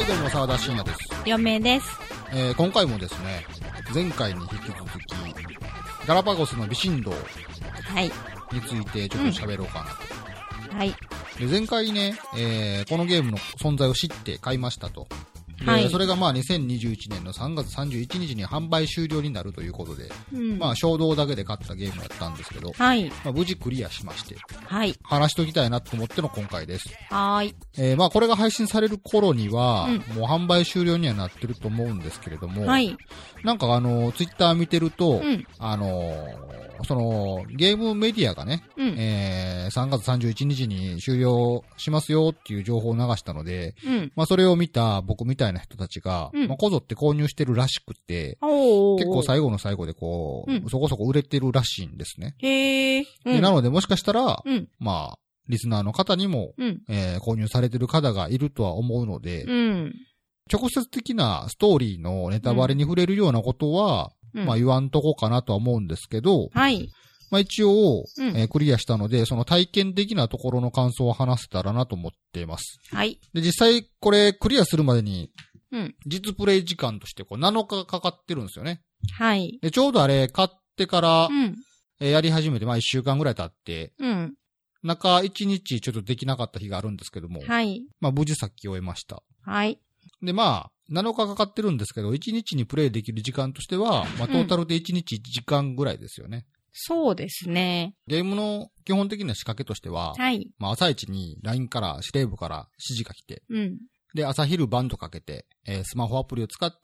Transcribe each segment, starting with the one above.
はいどうも沢田信也です。 嫁です。 今回もですね、前回に引き続きガラパゴスの微振動はいについてちょっと喋ろうかなと。 はい。 で前回ね、このゲームの存在を知って買いましたと。 はい。 それがまあ2021年の3月31日に販売終了になるということで、まあ衝動だけで買ったゲームだったんですけど、 はい。 まあ無事クリアしまして、 はい。 話しときたいなと思っての今回です。 はーい。 まあこれが配信される頃には、もう販売終了にはなってると思うんですけれども、 はい。 なんかツイッター見てると、その、ゲームメディアがね、3月31日に終了しますよっていう情報を流したので、まあそれを見た僕みたいな人たちが、まあこぞって購入してるらしくて、結構最後の最後でこう、そこそこ売れてるらしいんですね。 へー。 でなのでもしかしたら、まあ、リスナーの方にも、購入されてる方がいるとは思うので、直接的なストーリーのネタバレに触れるようなことは、まあ言わんとこかなとは思うんですけど、 はい。 まあ一応、クリアしたので、その体験的なところの感想を話せたらなと思っています。 はい。 で、実際これクリアするまでに、実プレイ時間としてこう7日かかってるんですよね。 はい。 で、ちょうどあれ買ってから、やり始めてまあ1週間ぐらい経って、中1日ちょっとできなかった日があるんですけども、 はい。 まあ無事さっき終えました。 はい。 で、まあ、7日かかってるんですけど、1日にプレイできる時間としては、まあトータルで1日1時間ぐらいですよね。 そうですね。 ゲームの基本的な仕掛けとしては、 はい。 まあ朝一に LINE から司令部から指示が来て、で、朝昼晩とかけて、スマホアプリを使って、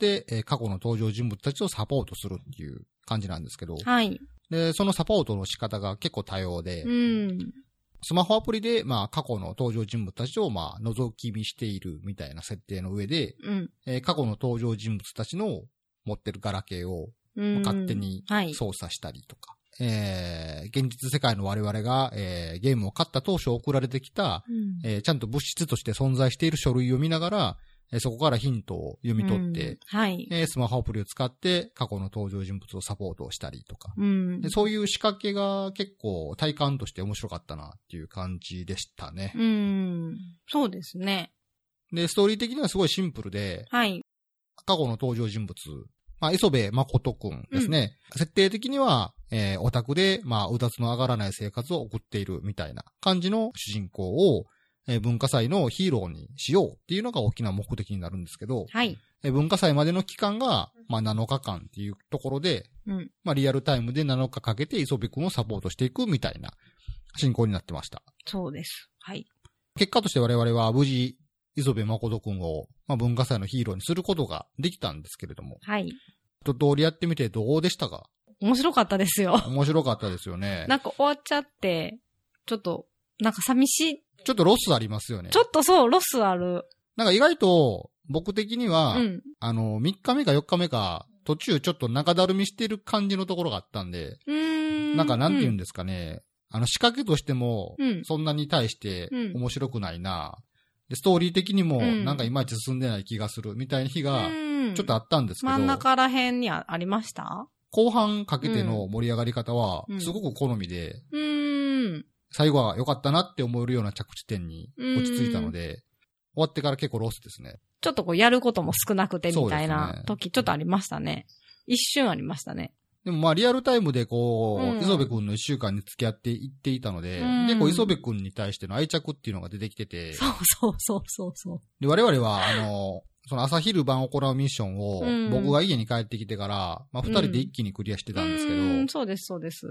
過去の登場人物たちをサポートするっていう感じなんですけど、 はい。 で、そのサポートの仕方が結構多様で、スマホアプリで、まあ、過去の登場人物たちを、まあ、覗き見しているみたいな設定の上で、過去の登場人物たちの持ってるガラケーを、勝手に操作したりとか、現実世界の我々が、ゲームを買った当初送られてきた、ちゃんと物質として存在している書類を見ながら、そこからヒントを読み取って、スマホアプリを使って過去の登場人物をサポートをしたりとか、でそういう仕掛けが結構体感として面白かったなっていう感じでしたね。 そうですね。 で、ストーリー的にはすごいシンプルで、過去の登場人物、まあ、磯部誠くんですね。設定的には、オタクで、まあ、うだつの上がらない生活を送っているみたいな感じの主人公を、文化祭のヒーローにしようっていうのが大きな目的になるんですけど、文化祭までの期間が、まあ、7日間っていうところで、まあ、リアルタイムで7日かけて磯部くんをサポートしていくみたいな進行になってました。 そうです。はい。 結果として我々は無事、磯部誠くんを、まあ、文化祭のヒーローにすることができたんですけれども。 はい。 一通りやってみてどうでしたか？ 面白かったですよ。 面白かったですよね。 なんか終わっちゃって、ちょっと、なんか寂しい。 ちょっとロスありますよね。 ちょっとそう、ロスある。 なんか意外と、僕的には、3日目か4日目か、途中ちょっと中だるみしてる感じのところがあったんで、なんかなんて言うんですかね、仕掛けとしても、そんなに対して面白くないな、で、ストーリー的にも、なんかいまいち進んでない気がするみたいな日が、ちょっとあったんですけど、 真ん中ら辺にありました？ 後半かけての盛り上がり方は、すごく好みで、最後は良かったなって思えるような着地点に落ち着いたので、終わってから結構ロスですね。 ちょっとこうやることも少なくてみたいな時ちょっとありましたね。一瞬ありましたね。 でもまあリアルタイムでこう、磯部くんの1週間に付き合っていっていたので、結構磯部くんに対しての愛着っていうのが出てきてて、 そう。 で、我々はその朝昼晩行うミッションを、僕が家に帰ってきてから、まあ2人で一気にクリアしてたんですけど、 そうです。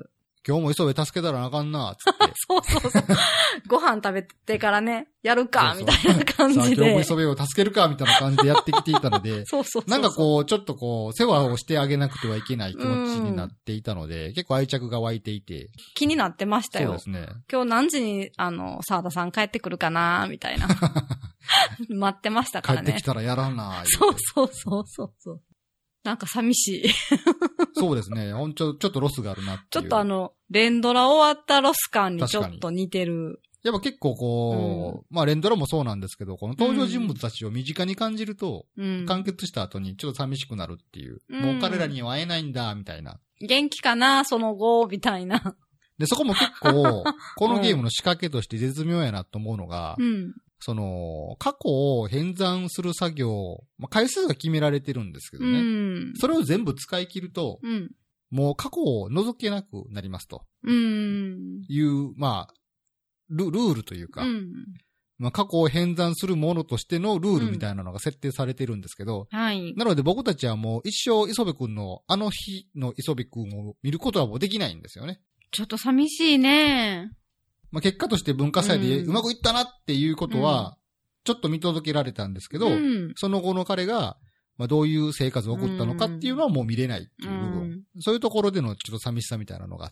今日も磯部助けたらあかんな、つって。 そう。ご飯食べてからね、やるか、みたいな感じで。 さあ今日も磯部を助けるか、みたいな感じでやってきていたので、なんかこう、ちょっとこう、世話をしてあげなくてはいけない気持ちになっていたので、結構愛着が湧いていて。 気になってましたよ。 そうですね。 今日何時に、沢田さん帰ってくるかな、みたいな。待ってましたからね。 帰ってきたらやらんな。 そう。なんか寂しい。 そうですね。ちょっとロスがあるなっていう。 ちょっと連ドラ終わったロス感にちょっと似てる。 やっぱ結構こう、まあ連ドラもそうなんですけど、この登場人物たちを身近に感じると、完結した後にちょっと寂しくなるっていう。もう彼らには会えないんだ、みたいな。 元気かな、その後、みたいな。 で、そこも結構、このゲームの仕掛けとして絶妙やなと思うのが、 過去を編纂する作業、回数が決められてるんですけどね。それを全部使い切ると、もう過去を除けなくなりますと。いう、ルールというか、過去を編纂するものとしてのルールみたいなのが設定されてるんですけど、 はい。 なので僕たちはもう一生磯部くんのあの日の磯部くんを見ることはもうできないんですよね。 ちょっと寂しいね。 結果として文化祭でうまくいったなっていうことは、ちょっと見届けられたんですけど、その後の彼が、どういう生活を送ったのかっていうのはもう見れないっていう部分。そういうところでのちょっと寂しさみたいなのがあって。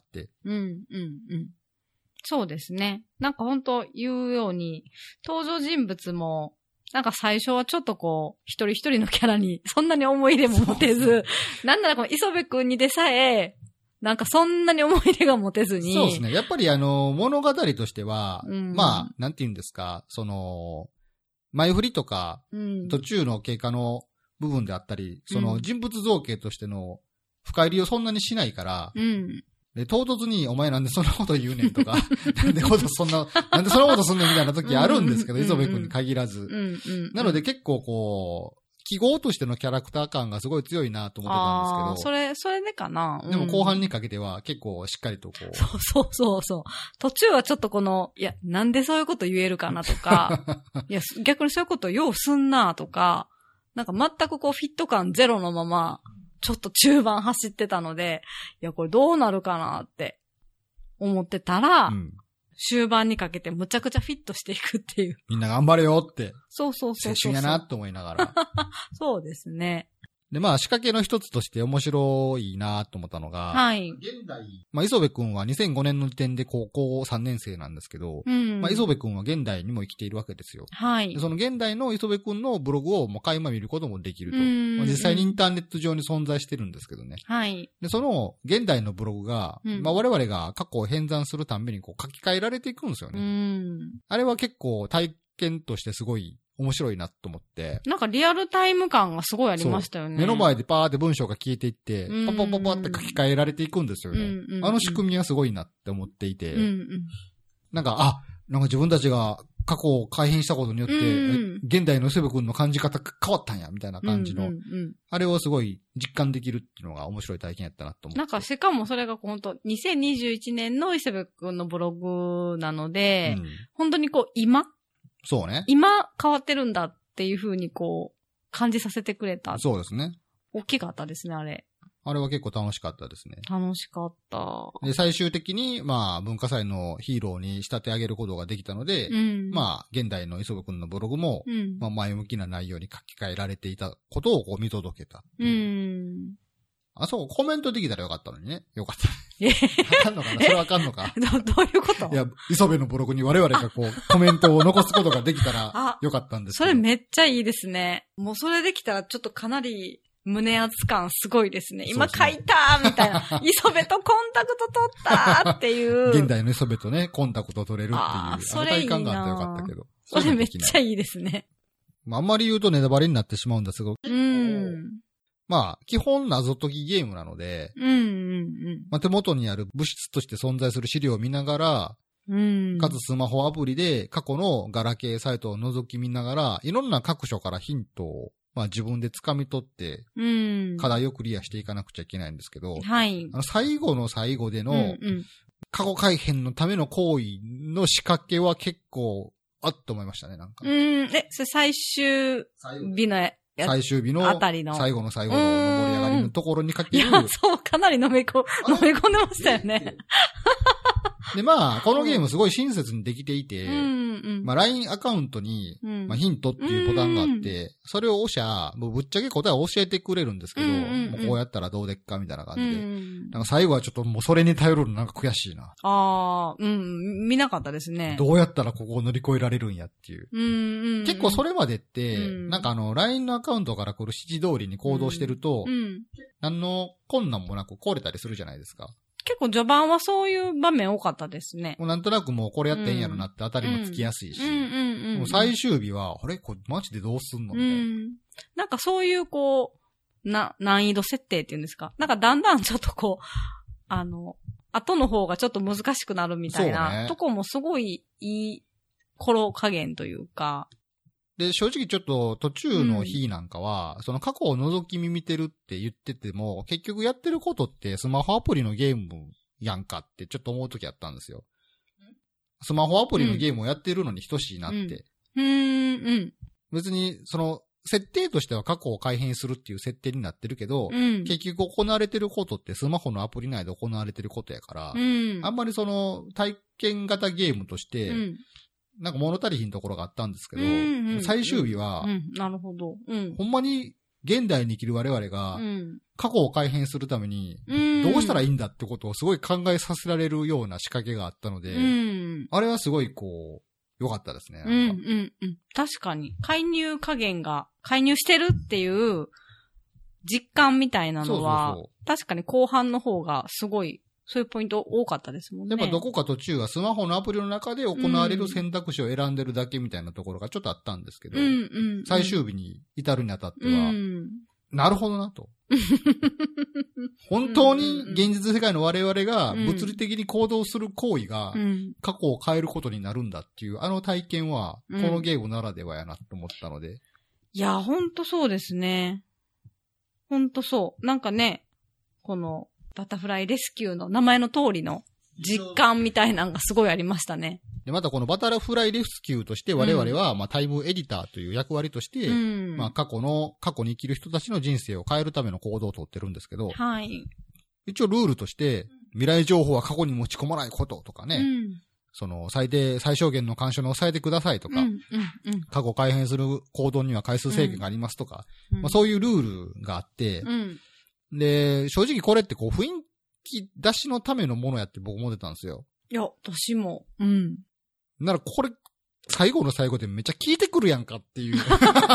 そうですね。なんか本当言うように、登場人物も、なんか最初はちょっとこう、一人一人のキャラにそんなに思い入れも持てず、なんならこの磯部くんにでさえ、なんかそんなに思い入れが持てずに。 そうですね。やっぱり物語としては、なんて言うんですか、前振りとか、途中の経過の部分であったり、人物造形としての深入りをそんなにしないから、で、唐突に、お前なんでそんなこと言うねんとか、なんでそんなことすんねんみたいな時あるんですけど、磯部くんに限らず。なので結構こう、記号としてのキャラクター感がすごい強いなと思ってたんですけど。 それでかな。 でも後半にかけては結構しっかりとこう。 そう。途中はちょっといや、なんでそういうこと言えるかなとか、いや、逆にそういうことようすんなとか、なんか全くこうフィット感ゼロのまま、ちょっと中盤走ってたので、いや、これどうなるかなって思ってたら、終盤にかけてむちゃくちゃフィットしていくっていう。 みんな頑張れよって。 そう。 青春やなと思いながら。 そうですね。 で、仕掛けの一つとして面白いなと思ったのが、 はい。 現代、磯部くんは2005年の時点で高校3年生なんですけど、磯部くんは現代にも生きているわけですよ。 はい。 でその現代の磯部くんのブログを垣間見ることもできると。実際にインターネット上に存在してるんですけどね。 はい。 で、その現代のブログが、我々が過去を編纂するたんびにこう書き換えられていくんですよね。あれは結構体験としてすごい面白いなと思って。 なんかリアルタイム感がすごいありましたよね。 目の前でパーって文章が消えていって、パパパパって書き換えられていくんですよね。あの仕組みはすごいなって思っていて。なんか自分たちが過去を改変したことによって、現代の磯部くんの感じ方変わったんや、みたいな感じの、あれをすごい実感できるっていうのが面白い体験やったなと思って。 なんかしかもそれが本当2021年の磯部くんのブログなので、本当にこうそうね。 今変わってるんだっていう風にこう感じさせてくれた。 そうですね。 大きかったですね、あれ。 あれは結構楽しかったですね。 楽しかった。 で、最終的に、文化祭のヒーローに仕立て上げることができたので、現代の磯部くんのブログも、前向きな内容に書き換えられていたことをこう見届けた。コメントできたらよかったのにね。よかった。あかんのかなそれはあかんのかどういうこといや、磯部のブログに我々がこう、コメントを残すことができたらよかったんですけど。 それめっちゃいいですね。もうそれできたらちょっとかなり胸熱感すごいですね。今書いたみたいな。磯部とコンタクト取ったっていう。 現代の磯部とね、コンタクト取れるっていう。それいいな。体感があったらよかったけど。 それめっちゃいいですね。 あんまり言うとネタバレになってしまうんですが。基本謎解きゲームなので、手元にある物質として存在する資料を見ながら、かつスマホアプリで過去のガラケーサイトを覗き見ながら、いろんな各所からヒントを自分で掴み取って、課題をクリアしていかなくちゃいけないんですけど、最後の最後での、過去改変のための行為の仕掛けは結構、と思いましたね、なんか。 それ最終日の最終日のあたりの最後の最後の盛り上がりのところにかける。 いや、そう、かなり飲み込んでましたよね。 で、このゲームすごい親切にできていて、LINE アカウントに、ヒントっていうボタンがあって、それを押しゃ、もうぶっちゃけ答えを教えてくれるんですけど、もうこうやったらどうでっかみたいな感じで。なんか最後はちょっともうそれに頼るのなんか悔しいな。 見なかったですね。 どうやったらここを乗り越えられるんやっていう。結構それまでって、なんかLINE のアカウントから来る指示通りに行動してると、何の困難もなく壊れたりするじゃないですか。 結構序盤はそういう場面多かったですね。 もうなんとなくもうこれやってんやろなって当たりもつきやすいし。もう最終日は、これマジでどうすんのみたいな。 なんかそういうこう、難易度設定っていうんですか。なんかだんだんちょっとこう、後の方がちょっと難しくなるみたいなとこもすごいいい心加減というか。 で、正直ちょっと途中の日なんかは、その過去を覗き見てるって言ってても、結局やってることってスマホアプリのゲームやんかってちょっと思う時あったんですよ。スマホアプリのゲームをやってるのに等しいなって。別に、その、設定としては過去を改変するっていう設定になってるけど、結局行われてることってスマホのアプリ内で行われてることやから、あんまりその体験型ゲームとして、なんか物足りひんところがあったんですけど、最終日は、 なるほど。 ほんまに現代に生きる我々が、過去を改変するために、どうしたらいいんだってことをすごい考えさせられるような仕掛けがあったので、あれはすごいこう、良かったですね。 確かに。介入加減が、介入してるっていう実感みたいなのは、確かに後半の方がすごい、そういうポイント多かったですもんね。 やっぱどこか途中はスマホのアプリの中で行われる選択肢を選んでるだけみたいなところがちょっとあったんですけど、最終日に至るにあたっては、なるほどなと。本当に現実世界の我々が物理的に行動する行為が過去を変えることになるんだっていうあの体験はこのゲームならではやなと思ったので。 いや、ほんとそうですね。ほんとそう。なんかね、このバタフライレスキューの名前の通りの実感みたいなのがすごいありましたね。 で、またこのバタフライレスキューとして我々は、まあタイムエディターという役割として、まあ過去に生きる人たちの人生を変えるための行動をとってるんですけど、 はい。 一応ルールとして、未来情報は過去に持ち込まないこととかね、その最小限の干渉に抑えてくださいとか、過去改変する行動には回数制限がありますとか、まあそういうルールがあって、で、正直これってこう雰囲気出しのためのものやって僕思ってたんですよ。 いや、私も。 ならこれ、最後の最後でめっちゃ聞いてくるやんかっていう。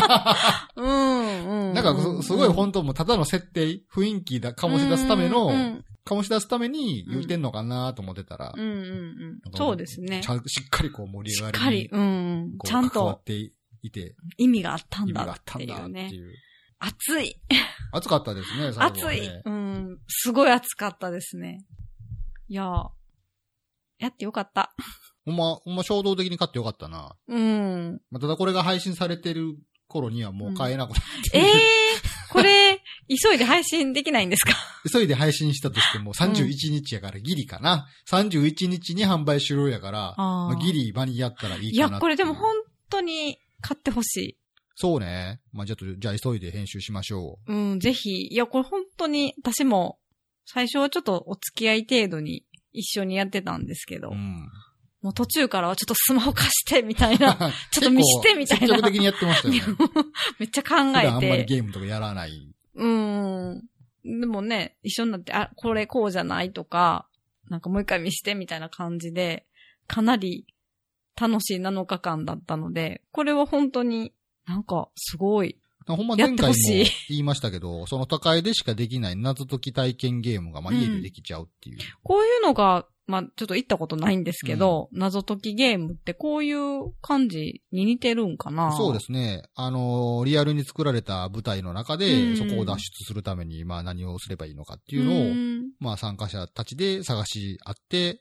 なんかすごい本当もうただの設定、雰囲気醸し出すための、醸し出すために言ってんのかなと思ってたら。 そうですね。 しっかりこう盛り上がりに。 しっかり、ちゃんと。 関わっていて。 意味があったんだっていうね。熱い。 熱かったですね、 最後はね。熱い。すごい熱かったですね。いや、やってよかった。 ほんま衝動的に買ってよかったな。まあ、ただこれが配信されてる頃にはもう買えなくなってる。 これ、急いで配信できないんですか？ 急いで配信したとしても31日やからギリかな。31日に販売終了やから、まあ、ギリ間に合ったらいいかな。 いや、これでも本当に買ってほしい。 そうね。まあ、じゃあ急いで編集しましょう。ぜひ。いや、これ本当に、私も、最初はちょっとお付き合い程度に一緒にやってたんですけど、もう途中からはちょっとスマホ貸してみたいな、ちょっと見してみたいな。 積極的にやってましたよね。 めっちゃ考えて。 あんまりゲームとかやらない。 でもね、一緒になって、これこうじゃないとか、なんかもう一回見してみたいな感じで、かなり楽しい7日間だったので、これは本当になんかすごい。 ほんま前回も言いましたけど、その都会でしかできない謎解き体験ゲームがまあ家でできちゃうっていう。 こういうのが、まあちょっと行ったことないんですけど、謎解きゲームってこういう感じに似てるんかな？ そうですね。リアルに作られた舞台の中で、そこを脱出するために、まあ何をすればいいのかっていうのを、まあ参加者たちで探し合って、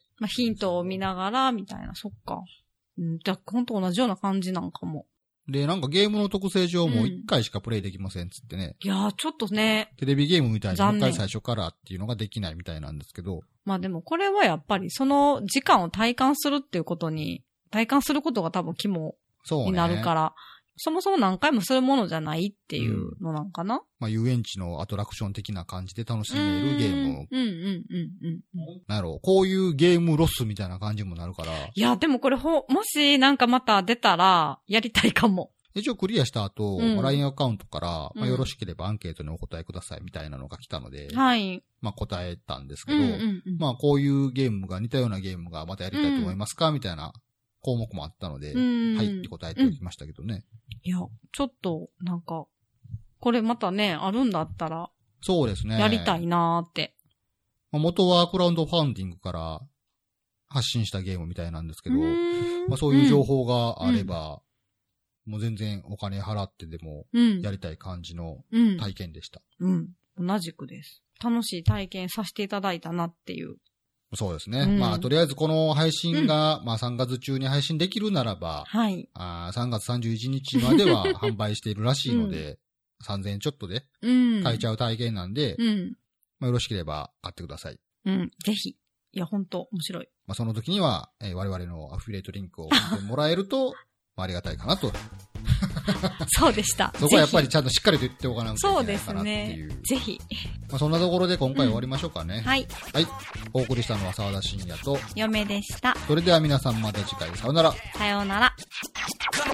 まあヒントを見ながら、みたいな、そっか。じゃあ本当同じような感じなんかも。 で、なんかゲームの特性上も1回しかプレイできませんつってね。 いやー、ちょっとね。 テレビゲームみたいに1回最初からっていうのができないみたいなんですけど。 まあでもこれはやっぱりその時間を体感するっていうことに、体感することが多分肝になるから、そもそも何回もするものじゃないっていうのなんかな？ まあ遊園地のアトラクション的な感じで楽しめるゲーム。なんやろう、こういうゲームロスみたいな感じもなるから。 いや、でもこれもしなんかまた出たらやりたいかも。 一応クリアした後、LINE アカウントから、まあ、よろしければアンケートにお答えくださいみたいなのが来たので、 はい。まあ答えたんですけど、まあこういうゲームが、似たようなゲームがまたやりたいと思いますか、みたいな項目もあったので、はいって答えておきましたけどね。 いや、ちょっと、なんか、これまたね、あるんだったら、 そうですね。 やりたいなーって。 まあ、元はクラウドファンディングから発信したゲームみたいなんですけど、まあそういう情報があれば、もう全然お金払ってでもやりたい感じの体験でした。 同じくです。楽しい体験させていただいたなっていうそうですね。まあ、とりあえずこの配信が、まあ3月中に配信できるならば、 はい。 3月31日までは販売しているらしいので、3000円ちょっとで買えちゃう体験なんで、まあ、よろしければ買ってください。 ぜひ。いや、ほんと面白い。 まあ、その時には、我々のアフィリエイトリンクを送ってもらえると、まあ、ありがたいかなと。 そうでした。 そこはやっぱりちゃんとしっかりと言っておかなきゃいけないかなっていう。 そうですね。ぜひ。 まあ、そんなところで今回終わりましょうかね。 はい。 はい。お送りしたのは沢田信也と、 嫁でした。 それでは皆さんまた次回、さようなら。 さようなら。